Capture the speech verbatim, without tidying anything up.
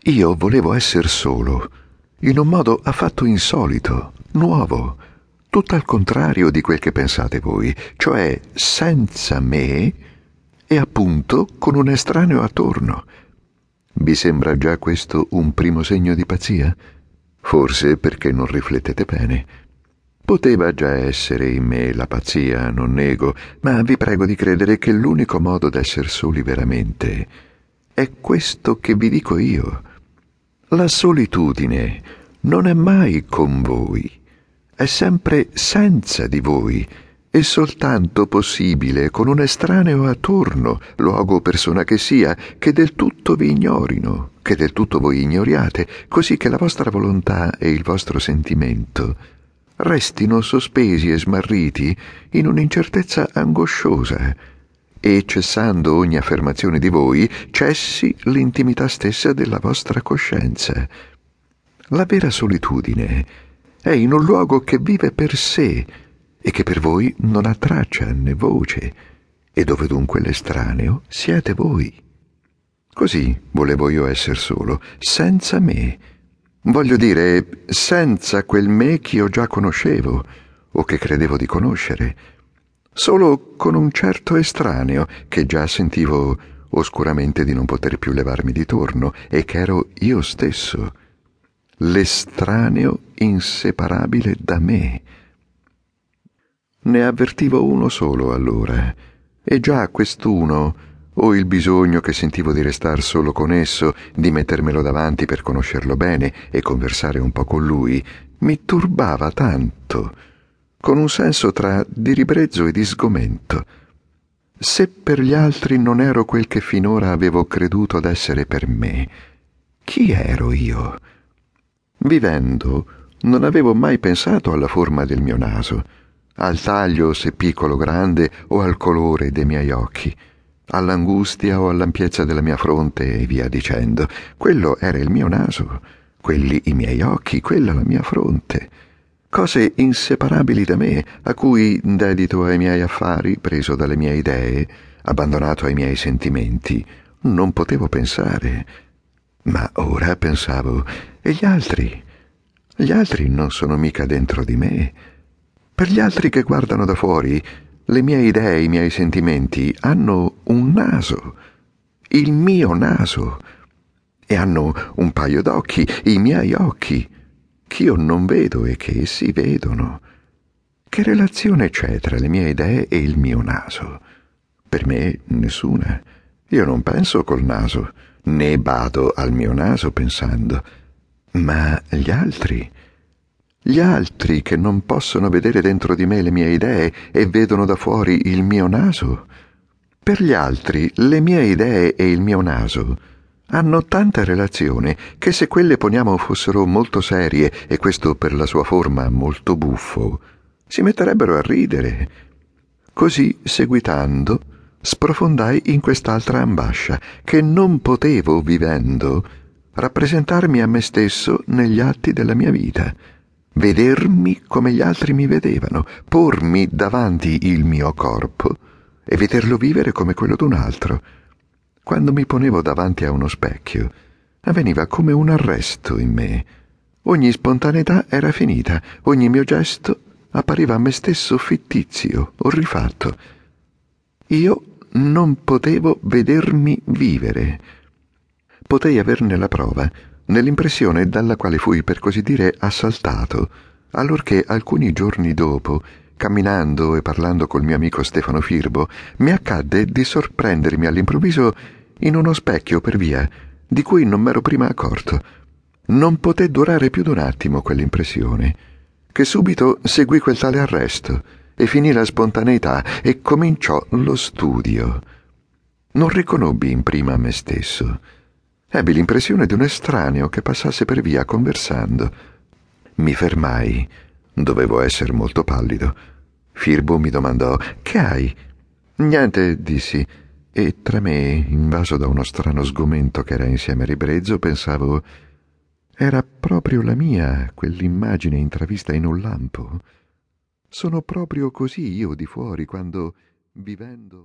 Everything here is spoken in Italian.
Io volevo essere solo, in un modo affatto insolito, nuovo, tutto al contrario di quel che pensate voi, cioè senza me e appunto con un estraneo attorno. Vi sembra già questo un primo segno di pazzia? Forse perché non riflettete bene. Poteva già essere in me la pazzia, non nego, ma vi prego di credere che l'unico modo d'essere soli veramente è questo che vi dico io. La solitudine non è mai con voi, è sempre senza di voi e soltanto possibile con un estraneo attorno, luogo o persona che sia, che del tutto vi ignorino, che del tutto voi ignoriate, così che la vostra volontà e il vostro sentimento restino sospesi e smarriti in un'incertezza angosciosa, e cessando ogni affermazione di voi, cessi l'intimità stessa della vostra coscienza. La vera solitudine è in un luogo che vive per sé e che per voi non ha traccia né voce, e dove dunque l'estraneo siete voi. Così volevo io essere solo, senza me. Voglio dire, senza quel me che io già conoscevo, o che credevo di conoscere, solo con un certo estraneo che già sentivo oscuramente di non poter più levarmi di torno e che ero io stesso, l'estraneo inseparabile da me. Ne avvertivo uno solo allora, e già quest'uno, o il bisogno che sentivo di restar solo con esso, di mettermelo davanti per conoscerlo bene e conversare un po' con lui, mi turbava tanto, con un senso tra di ribrezzo e di sgomento. Se per gli altri non ero quel che finora avevo creduto d'essere per me, chi ero io? Vivendo, non avevo mai pensato alla forma del mio naso, al taglio, se piccolo o grande, o al colore dei miei occhi, all'angustia o all'ampiezza della mia fronte e via dicendo. Quello era il mio naso, quelli i miei occhi, quella la mia fronte. Cose inseparabili da me, a cui, dedito ai miei affari, preso dalle mie idee, abbandonato ai miei sentimenti, non potevo pensare. Ma ora pensavo, e gli altri? Gli altri non sono mica dentro di me. Per gli altri che guardano da fuori, le mie idee, i miei sentimenti hanno un naso, il mio naso, e hanno un paio d'occhi, i miei occhi, che io non vedo e che essi vedono. Che relazione c'è tra le mie idee e il mio naso? Per me nessuna. Io non penso col naso, né bado al mio naso pensando. Ma gli altri? Gli altri che non possono vedere dentro di me le mie idee e vedono da fuori il mio naso? Per gli altri le mie idee e il mio naso hanno tanta relazione che se quelle poniamo fossero molto serie e questo per la sua forma molto buffo, si metterebbero a ridere. Così, seguitando, sprofondai in quest'altra ambascia che non potevo, vivendo, rappresentarmi a me stesso negli atti della mia vita, vedermi come gli altri mi vedevano, pormi davanti il mio corpo e vederlo vivere come quello d'un altro. Quando mi ponevo davanti a uno specchio, avveniva come un arresto in me. Ogni spontaneità era finita, ogni mio gesto appariva a me stesso fittizio o rifatto. Io non potevo vedermi vivere. Potei averne la prova nell'impressione dalla quale fui, per così dire, assaltato, allorché alcuni giorni dopo, camminando e parlando col mio amico Stefano Firbo, mi accadde di sorprendermi all'improvviso in uno specchio per via, di cui non m'ero prima accorto. Non poté durare più d'un attimo quell'impressione, che subito seguì quel tale arresto, e finì la spontaneità, e cominciò lo studio. Non riconobbi in prima me stesso. Ebbi l'impressione di un estraneo che passasse per via conversando. Mi fermai. Dovevo essere molto pallido. Firbo mi domandò: «Che hai?» «Niente», dissi, e tra me, invaso da uno strano sgomento che era insieme a ribrezzo, pensavo: era proprio la mia quell'immagine intravista in un lampo. Sono proprio così io di fuori quando, vivendo...